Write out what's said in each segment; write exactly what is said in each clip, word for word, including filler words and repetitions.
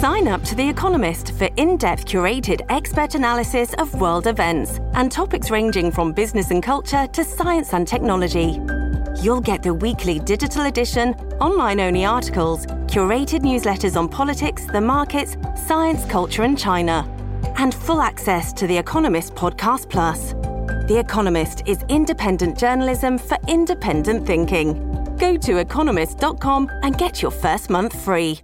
Sign up to The Economist for in-depth curated expert analysis of world events and topics ranging from business and culture to science and technology. You'll get the weekly digital edition, online-only articles, curated newsletters on politics, the markets, science, culture and China, and full access to The Economist Podcast Plus. The Economist is independent journalism for independent thinking. Go to economist dot com and get your first month free.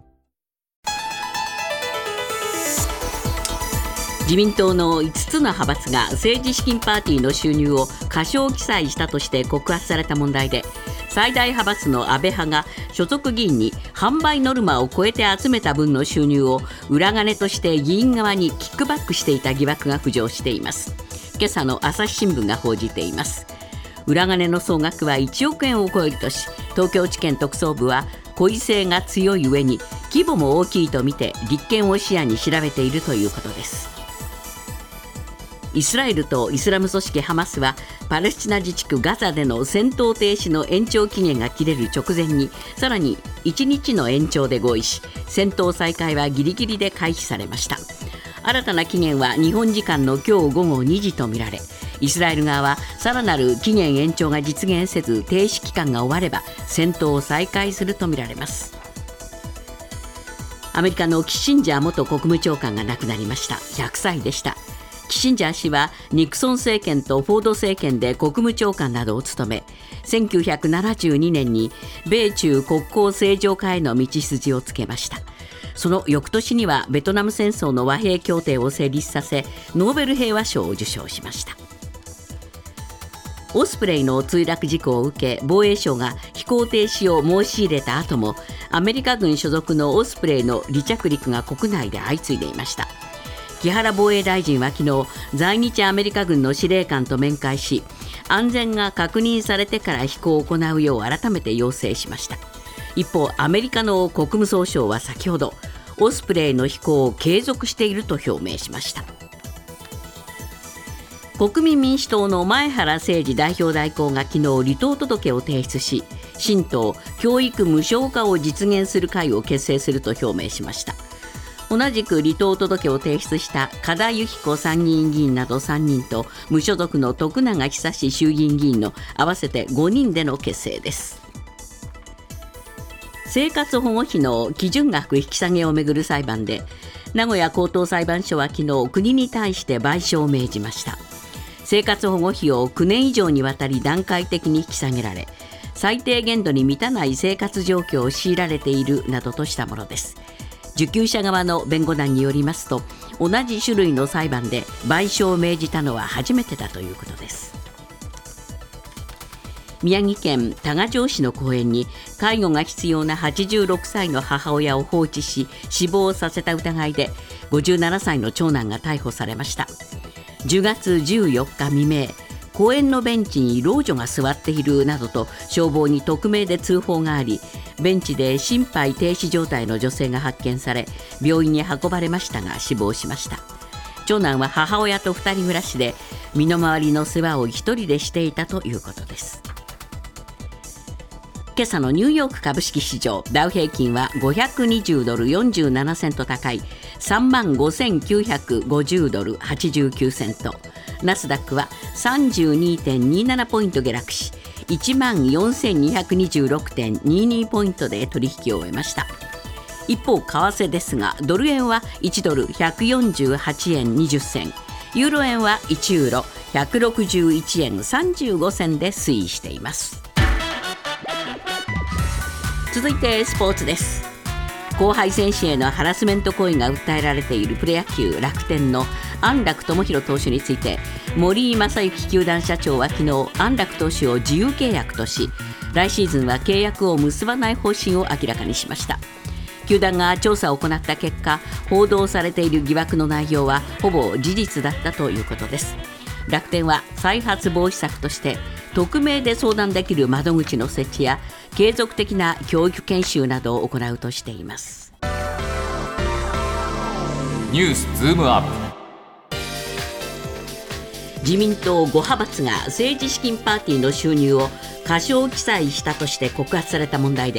自民党のいつつの派閥が政治資金パーティーの収入を過少記載したとして告発された問題で、最大派閥の安倍派が所属議員に販売ノルマを超えて集めた分の収入を裏金として議員側にキックバックしていた疑惑が浮上しています。今朝の朝日新聞が報じています。裏金の総額はいちおくえんを超えるとし、東京地検特捜部は故意性が強い上に規模も大きいとみて立件を視野に調べているということです。イスラエルとイスラム組織ハマスはパレスチナ自治区ガザでの戦闘停止の延長期限が切れる直前にさらにいちにちの延長で合意し、戦闘再開はギリギリで回避されました。新たな期限は日本時間の今日午後にじとみられ、イスラエル側はさらなる期限延長が実現せず停止期間が終われば戦闘を再開するとみられます。アメリカのキッシンジャー元国務長官が亡くなりました。ひゃくさいでした。キッシンジャー氏はニクソン政権とフォード政権で国務長官などを務め、せんきゅうひゃくななじゅうにねんに米中国交正常化への道筋をつけました。その翌年にはベトナム戦争の和平協定を成立させ、ノーベル平和賞を受賞しました。オスプレイの墜落事故を受け、防衛省が飛行停止を申し入れた後もアメリカ軍所属のオスプレイの離着陸が国内で相次いでいました。木原防衛大臣は昨日、在日アメリカ軍の司令官と面会し、安全が確認されてから飛行を行うよう改めて要請しました。一方、アメリカの国務総省は先ほどオスプレイの飛行を継続していると表明しました。国民民主党の前原誠司代表代行が昨日離党届を提出し、新党教育無償化を実現する会を結成すると表明しました。同じく離党届を提出した加田由紀子参議院議員などさんにんと無所属の徳永久志衆議院議員の合わせてごにんでの結成です。生活保護費の基準額引き下げをめぐる裁判で、名古屋高等裁判所は昨日国に対して賠償を命じました。生活保護費をきゅうねん以上にわたり段階的に引き下げられ、最低限度に満たない生活状況を強いられているなどとしたものです。受給者側の弁護団によりますと、同じ種類の裁判で賠償を命じたのは初めてだということです。宮城県多賀城市の公園に介護が必要なはちじゅうろくさいの母親を放置し死亡させた疑いでごじゅうななさいの長男が逮捕されました。じゅうがつじゅうよっか未明、公園のベンチに老女が座っているなどと消防に匿名で通報があり、ベンチで心肺停止状態の女性が発見され病院に運ばれましたが死亡しました。長男は母親とふたり暮らしで身の回りの世話を一人でしていたということです。今朝のニューヨーク株式市場、ダウ平均はごひゃくにじゅうドルよんじゅうななセント高い さんまんごせんきゅうひゃくごじゅうドルはちじゅうきゅうセント、ナスダックは さんじゅうにてんにーなな ポイント下落し いちまんよんせんにひゃくにじゅうろくてんにーにー ポイントで取引を終えました。一方、為替ですが、ドル円はいちドルひゃくよんじゅうはちえんにじゅっせん、ユーロ円はいちユーロひゃくろくじゅういちえんさんじゅうごせんで推移しています。続いてスポーツです。後輩選手へのハラスメント行為が訴えられているプロ野球楽天の安楽智弘投手について、森井正幸球団社長は昨日安楽投手を自由契約とし、来シーズンは契約を結ばない方針を明らかにしました。球団が調査を行った結果、報道されている疑惑の内容はほぼ事実だったということです。楽天は再発防止策として匿名で相談できる窓口の設置や継続的な教育研修などを行うとしています。 ニュースズームアップ。 自民党ご派閥が政治資金パーティーの収入を過少記載したとして告発された問題で、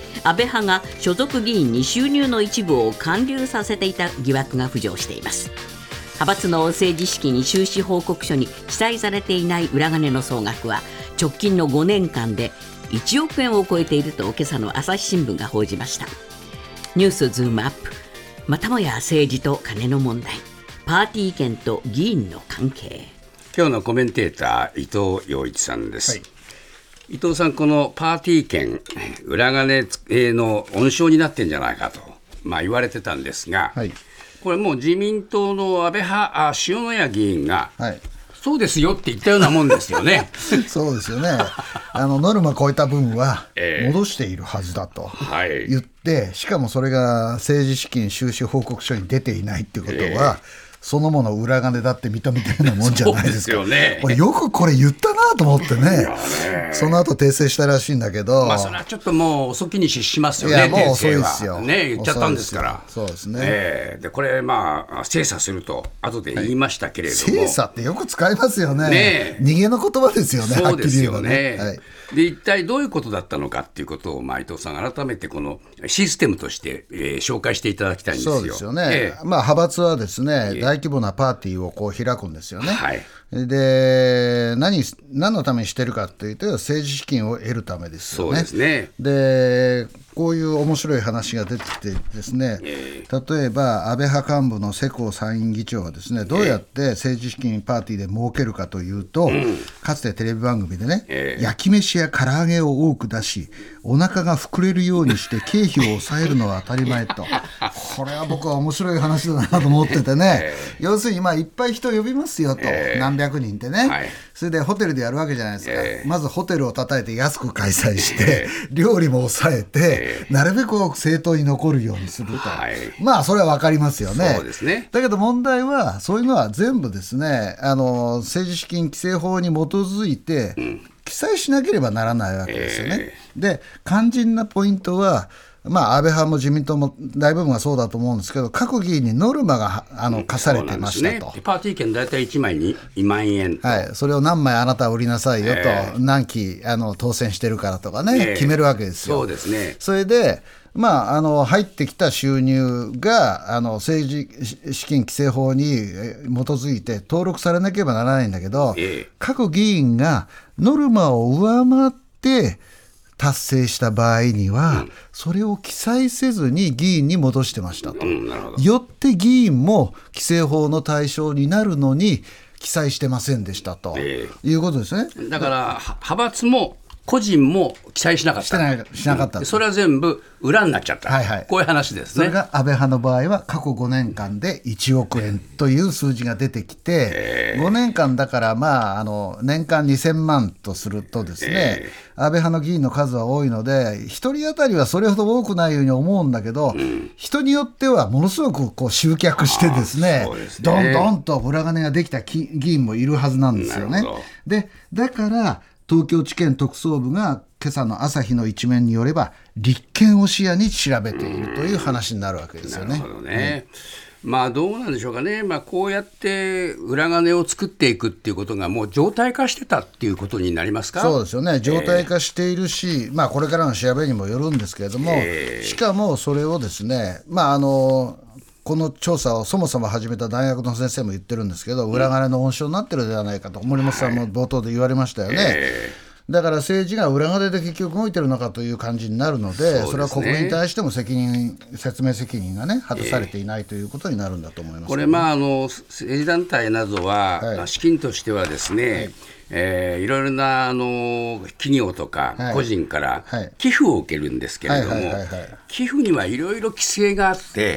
安倍派が所属議員に収入の一部を還流させていた疑惑が浮上しています。派閥の政治資金収支報告書に記載されていない裏金の総額は直近のごねんかんでいちおくえんを超えていると今朝の朝日新聞が報じました。ニュースズームアップ。またもや政治と金の問題、パーティー券と議員の関係。 今日のコメンテーター伊藤洋一さんです、はい。伊藤さん、このパーティー券裏金の温床になってんじゃないかと、まあ、言われてたんですが、はい、これもう自民党の安倍派あ塩谷議員が、はい、そうですよって言ったようなもんですよねそうですよね。あのノルマ超えた分は戻しているはずだと言って、えー、しかもそれが政治資金収支報告書に出ていないっていうことは、えーそのもの裏金だって認めたようなもんじゃないですか。そうですよね。これよくこれ言ったなと思って ね, ねその後訂正したらしいんだけど、 まあ、それはちょっともう遅きに失しますよね。 いやもう遅いですよ、 ね、言っちゃったんですから。 そうですね、 えー、でこれまあ精査すると後で言いましたけれども、 はい、精査ってよく使いますよ ね, ね逃げの言葉ですよね。 そうですよね、 はっきり言えばね、はい、 で一体どういうことだったのかっていうことを、まあ、伊藤さん改めてこのシステムとして、えー、紹介していただきたいんですよ。 そうですよね、えーまあ、派閥はですね、えー、大規模なパーティーをこう開くんですよね、はい、で 何, 何のためにしてるかというと政治資金を得るためですよね。 そうですね。 でこういう面白い話が出てきてですね、えー、例えば安倍派幹部の世耕参院議長はですね、どうやって政治資金パーティーで儲けるかというと、うん、かつてテレビ番組でね、えー、焼き飯や唐揚げを多く出しお腹が膨れるようにして経費を抑えるのは当たり前とこれは僕は面白い話だなと思っててね、えー、要するにまあいっぱい人呼びますよと、えー、何百人ってね、はい、それでホテルでやるわけじゃないですか、えー、まずホテルを叩いて安く開催して、えー、料理も抑えて、えー、なるべく政党に残るようにすると、はい、まあそれは分かりますよね。 そうですね。 だけど問題はそういうのは全部ですね、あの政治資金規正法に基づいて、うん、記載しなければならないわけですよね、えー、で肝心なポイントはまあ、安倍派も自民党も大部分はそうだと思うんですけど、各議員にノルマがあの課されてましたと、 ね、パーティー券大体いちまいににまんえんと、 はい、それを何枚あなたは売りなさいよと、えー、何期あの当選してるからとかね、えー、決めるわけですよ。 そうですね。 それでまあ、あの入ってきた収入があの政治資金規正法に基づいて登録されなければならないんだけど、えー、各議員がノルマを上回って達成した場合には、うん、それを記載せずに議員に戻してましたと、うん、なるほど。よって議員も規正法の対象になるのに記載してませんでしたと、えー、いうことですね。 だから派閥も個人も記載しなかった。 してないしなかった、 うん、それは全部裏になっちゃった、はいはい、こういう話ですね。 それが安倍派の場合は過去ごねんかんでいちおくえんという数字が出てきて、えー、ごねんかんだから、まあ、あの年間にせんまんとするとですね、えー、安倍派の議員の数は多いのでひとり当たりはそれほど多くないように思うんだけど、うん、人によってはものすごくこう集客してですね、そうですね、どんどんと裏金ができた議員もいるはずなんですよね。でだから東京地検特捜部が今朝の朝日の一面によれば立件を視野に調べているという話になるわけですよね。 なるほどね、うん、まあどうなんでしょうかね、まあ、こうやって裏金を作っていくっていうことがもう常態化してたっていうことになりますか。 そうですよね、常態化しているし、えーまあ、これからの調べにもよるんですけれども、えー、しかもそれをですね、まああのこの調査をそもそも始めた大学の先生も言ってるんですけど、裏金の温床になってるではないかと森本さんも冒頭で言われましたよね、はい、えー、だから政治が裏金で結局動いてるのかという感じになるの で, そ, で、ね、それは国民に対しても責任説明責任が、ね、果たされていないということになるんだと思います、ね、 これ、まあ、あの政治団体などは、はい、資金としてはですね、はい、えー、いろいろなあの企業とか個人から寄付を受けるんですけれども、寄付にはいろいろ規制があって、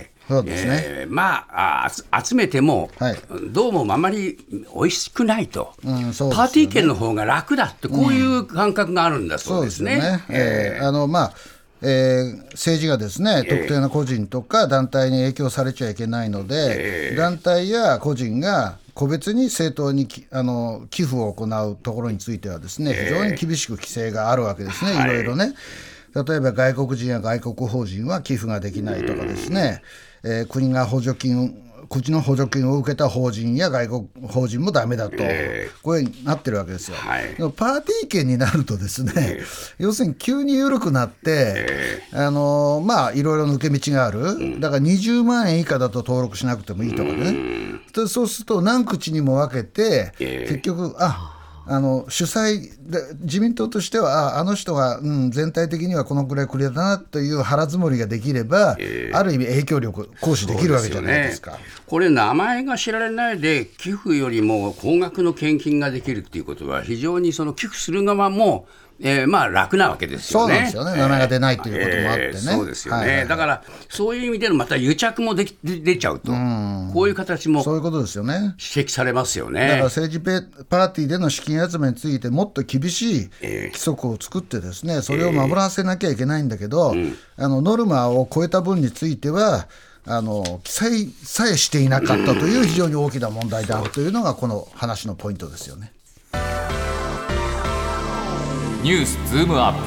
そうですね、えー、まあ、あ集めても、はい、どうもあまり美味しくないと、うん、そうですよね、パーティー券の方が楽だってこういう感覚があるんだそうですね。 政治がですね、特定の個人とか団体に影響されちゃいけないので、えー、団体や個人が個別に政党にあの寄付を行うところについてはですね、非常に厳しく規制があるわけですね、いろいろね。例えば外国人や外国法人は寄付ができないとかですね、えー、国が補助金口の補助金を受けた法人や外国法人もダメだと、 えー、 これになってるわけですよ、 はい、 でもパーティー券になるとですね、えー、要するに急に緩くなって、えー、あのまあいろいろ抜け道がある、うん、だからにじゅうまんえん以下だと登録しなくてもいいとかね、うん、そうすると何口にも分けて、えー、結局ああの主催で自民党としては あ, あの人が、うん、全体的にはこのくらいくれたなという腹積もりができれば、えー、ある意味影響力行使できるわけじゃないですか。 そうですよね。これ名前が知られないで寄付よりも高額の献金ができるっていうことは非常にその寄付する側もえー、まあ楽なわけですよね。 そうなんですよね。名前が出ないということもあってね、えー、 そうですよね、はいはい、だからそういう意味でのまた癒着もでき出ちゃうと、うん、こういう形もそういうことですよね。 指摘されますよね。 だから政治パーティーでの資金集めについてもっと厳しい規則を作ってですね、それを守らせなきゃいけないんだけど、えーうん、あのノルマを超えた分についてはあの記載さえしていなかったという非常に大きな問題であるというのがこの話のポイントですよね。 ニュースズームアッ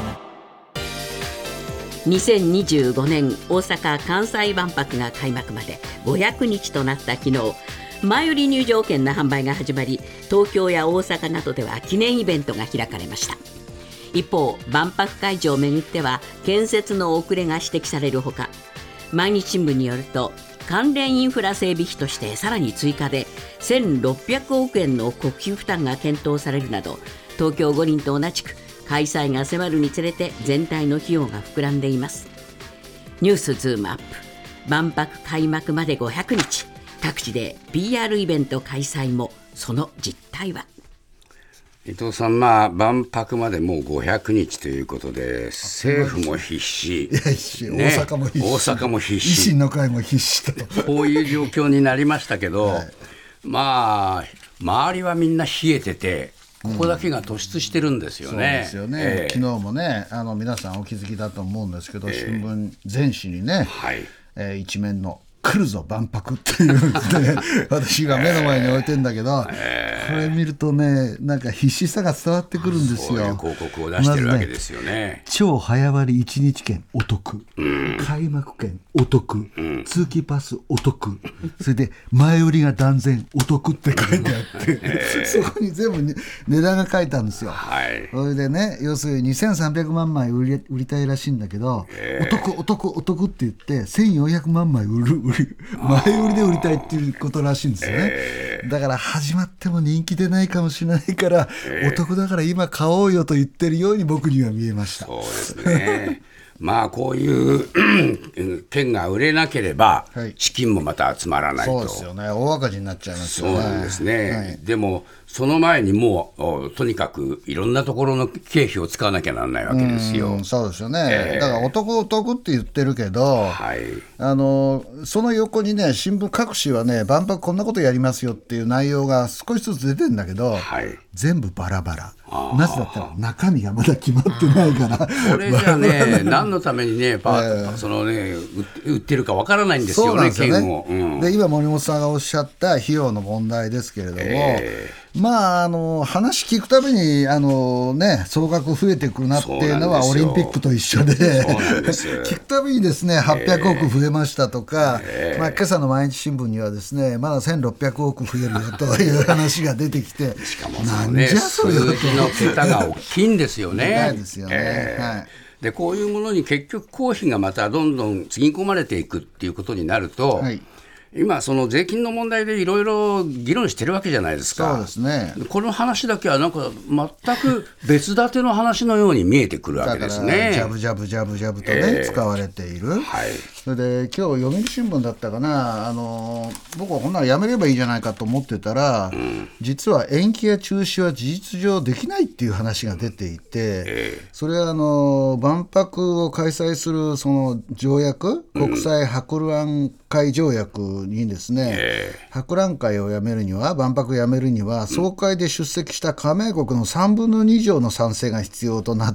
プにせんにじゅうごねん大阪・関西万博が開幕までごひゃくにちとなった昨日、前売り入場券の販売が始まり、東京や大阪などでは記念イベントが開かれました。一方、万博会場をめぐっては建設の遅れが指摘されるほか、毎日新聞によると関連インフラ整備費としてさらに追加でせんろっぴゃくおくえんの国費負担が検討されるなど、東京五輪と同じく開催が迫るにつれて全体の費用が膨らんでいます。ニュースズームアップ、万博開幕までごひゃくにち、各地で ピーアール イベント開催も、その実態は。 伊藤さん、まあ、万博までもうごひゃくにちということで政府も必死、 いや必死、ね、大阪も必死、 大阪も必死、 維新の会も必死とこういう状況になりましたけど、はい、まあ周りはみんな冷えててここだけが突出してるんですよね、うん、そうですよね、 えー、昨日もねあの皆さんお気づきだと思うんですけど、えー、新聞全紙にね、はいえー、一面の来るぞ万博っていうですね私が目の前に置いてんだけど、えー、これ見るとねなんか必死さが伝わってくるんですよ。 そういう広告を出してるわけですよね。まずね、 超早割いちにち券お得、うん、開幕券お得、うん、通期パスお得、それで前売りが断然お得って書いてあって、えー、そこに全部、ね、値段が書いてあるんですよ、はい、それでね要するににせんさんびゃくまんまい売り、売りたいらしいんだけど、えー、お得お得お得って言ってせんよんひゃくまんまい売る売り前売りで売りたいっていうことらしいんですよね、えー、だから始まっても人気出ないかもしれないから、えー、お得だから今買おうよと言ってるように僕には見えました。 そうですねまあこういう券が売れなければ資金もまた集まらないと、 そうですよね、大赤字になっちゃいますよね。 そうなんですね、はい、でもその前にもうとにかくいろんなところの経費を使わなきゃならないわけですよ。 うんそうですよね、えー、だからお得お得って言ってるけど、はい、あのその横にね新聞各紙はね万博こんなことやりますよっていう内容が少しずつ出てるんだけど、はい、全部バラバラ、なぜだったら中身がまだ決まってないからこれじゃあね何のためにねパー、えー、そのね売ってるかわからないんですよね、券を、うん、 で今森本さんがおっしゃった費用の問題ですけれども、えーまあ、あの話聞くたびにあの、ね、総額増えてくるなっていうのはオリンピックと一緒で聞くたびにですねはっぴゃくおく増えましたとか、えーまあ、今朝の毎日新聞にはですねまだせんろっぴゃくおく増えるよという話が出てきてしかもその、ね、数字の桁が大きいんですよねですよね、 えーはいでこういうものに結局公費がまたどんどんつぎ込まれていくっていうことになると、はい今その税金の問題でいろいろ議論してるわけじゃないですか。 そうですね。 この話だけはなんか全く別立ての話のように見えてくるわけですね。 だからジャブジャブジャブジャブとね、えー、使われている、はい、それで今日読売新聞だったかなあの僕はこんなのやめればいいじゃないかと思ってたら、うん、実は延期や中止は事実上できないっていう話が出ていて、えー、それはあの万博を開催するその条約国際博覧会条約にですね、えー、博覧会をやめるには万博をやめるには総会で出席した加盟国のさんぶんのに以上の賛成が必要となって、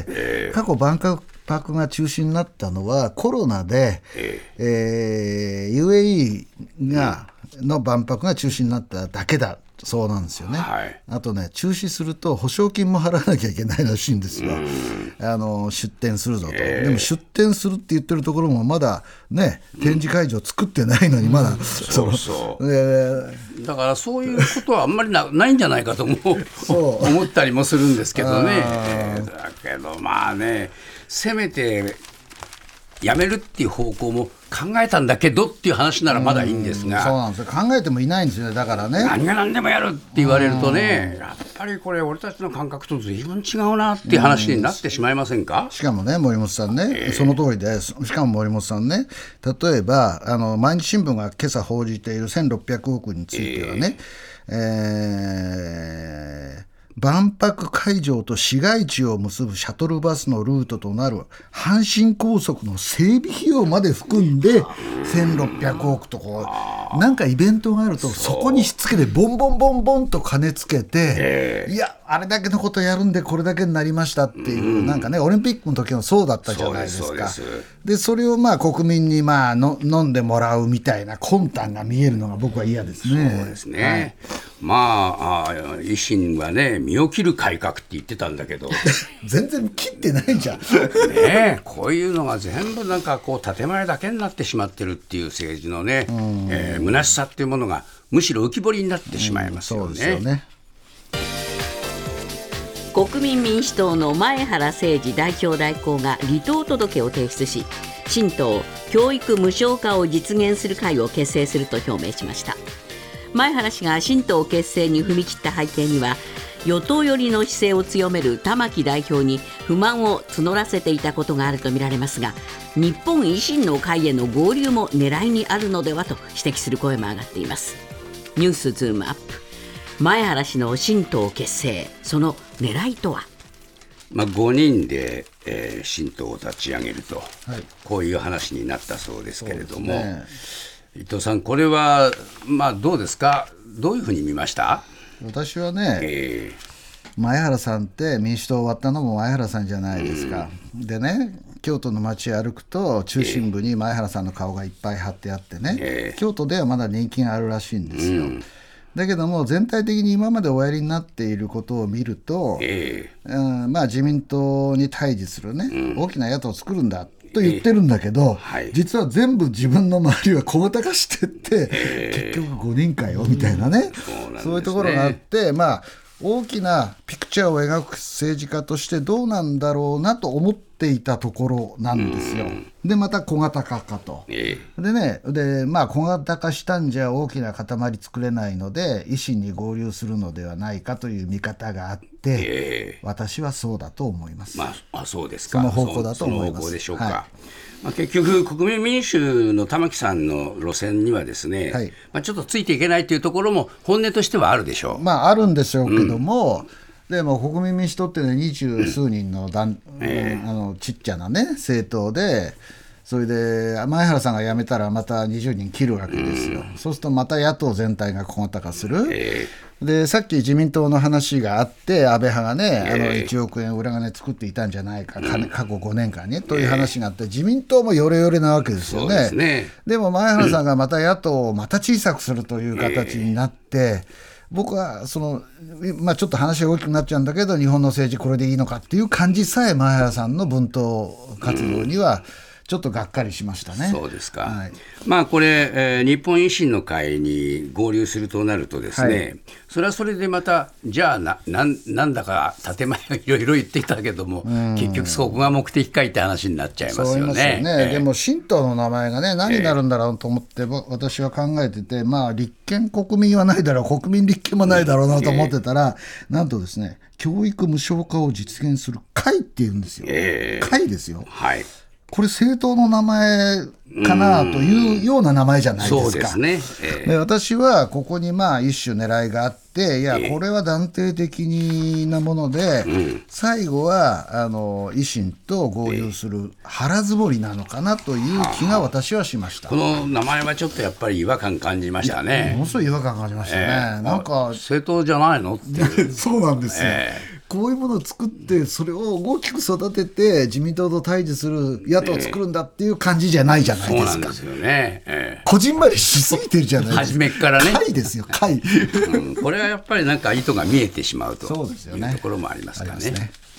えー、過去万博が中止になったのはコロナで、えーえー、ユーエーイー がの万博が中止になっただけだそうなんですよね、 はい、 あとね中止すると保証金も払わなきゃいけないらしいんですよ、あの出店するぞと、えー、でも出店するって言ってるところもまだね展示会場作ってないのにまだ、うん、 そうそう、えー、だからそういうことはあんまり な, ないんじゃないかと思思ったりもするんですけどね、えー、だけどまあねせめてやめるっていう方向も考えたんだけどっていう話ならまだいいんですが、 うんそうなんですよ、考えてもいないんですよね。だからね何が何でもやるって言われるとね、やっぱりこれ俺たちの感覚と随分違うなっていう話になってしまいませんか。 しかもね森本さんね、えー、その通りで、しかも森本さんね、例えばあの毎日新聞が今朝報じているせんろっぴゃくおくについてはね、えーえー万博会場と市街地を結ぶシャトルバスのルートとなる阪神高速の整備費用まで含んでせんろっぴゃくおくとこうなんかイベントがあるとそこにしつけてボンボンボンボンと金つけて、いやあれだけのことやるんでこれだけになりましたっていう、なんかねオリンピックの時もそうだったじゃないですか。でそれをまあ国民にまあの飲んでもらうみたいな魂胆が見えるのが僕は嫌ですね。 そうですね、はい、まあ維新はね身を切る改革って言ってたんだけど全然切ってないじゃんね、こういうのが全部なんかこう建前だけになってしまってるっていう政治のね、えー、虚しさっていうものがむしろ浮き彫りになってしまいますよね。 そうですよね。 国民民主党の前原誠司代表代行が離党届を提出し、新党教育無償化を実現する会を結成すると表明しました。前原氏が新党結成に踏み切った背景には、与党寄りの姿勢を強める玉木代表に不満を募らせていたことがあるとみられますが、日本維新の会への合流も狙いにあるのではと指摘する声も上がっています。ニュースズームアップ、前原氏の新党結成、その狙いとは。 まあ、ごにんで、えー、新党を立ち上げると、はい、こういう話になったそうですけれども、ね、伊藤さんこれは、まあ、どうですか、どういうふうに見ました。 私はね、えー、前原さんって民主党終わったのも前原さんじゃないですか、うん、でね京都の街歩くと中心部に前原さんの顔がいっぱい貼ってあってね、えー、京都ではまだ人気があるらしいんですよ、うん、だけども全体的に今までおやりになっていることを見ると、えーうんまあ、自民党に対峙するね、うん、大きな野党を作るんだと言ってるんだけど、えーはい、実は全部自分の周りは小型化してって、えー、結局ごにんかよみたいなね、うん そうね、そういうところがあって、まあ、大きなピクチャーを描く政治家としてどうなんだろうなと思っていたところなんですよ、うん、でまた小型化かと、えー、でねで、まあ、小型化したんじゃ大きな塊作れないので維新に合流するのではないかという見方があって、えー、私はそうだと思います、まあ、あそうですか。 その方向だと思います。 その方向でしょうか、はいまあ、結局国民民主の玉木さんの路線にはですね、はいまあ、ちょっとついていけないというところも本音としてはあるでしょう。 まああるんでしょうけども、うん、でも国民民主党って二十数人の団、うんえー、あのちっちゃなね政党で、それで前原さんが辞めたらまたにじゅうにん切るわけですよ、うん、そうするとまた野党全体が小型化する、えー、でさっき自民党の話があって安倍派がね、えー、あのいちおくえん裏金作っていたんじゃないか、うん、過去ごねんかんねという話があって、自民党もヨレヨレなわけですよ ね, ですね。でも前原さんがまた野党をまた小さくするという形になって、えー僕はその、まあ、ちょっと話が大きくなっちゃうんだけど日本の政治これでいいのかっていう感じさえ前原さんの分党活動にはちょっとがっかりしましたね。 そうですか、はい、まあこれ、えー、日本維新の会に合流するとなるとですね、はい、それはそれでまたじゃあ な, な, なんだか建前がいろいろ言っていたけども、結局そこが目的かいって話になっちゃいますよね。そう言いますよね、えー、でも新党の名前がね何になるんだろうと思って、えー、私は考えてて、まあ立憲国民はないだろう国民立憲もないだろうなと思ってたら、えー、なんとですね教育無償化を実現する会っていうんですよ、えー、会ですよ、はいこれ政党の名前かなというような名前じゃないですか。そうですね、えー、で私はここにまあ一種狙いがあって、いやこれは断定的なもので、えー、最後はあの維新と合流する腹積もりなのかなという気が私はしました。 この名前はちょっとやっぱり違和感感じましたね。 ものすごい違和感感じましたね、えー、なんか政党じゃないのっていうそうなんですよ、えーこういうものを作ってそれを大きく育てて自民党と対峙する野党を作るんだっていう感じじゃないじゃないですか。 そうなんですよね、えー、 こじんまりしすぎてるじゃないですか。 初めっからね。 会ですよ会、 うん、これはやっぱりなんか意図が見えてしまうとそうですよね、 いうところもありますからね。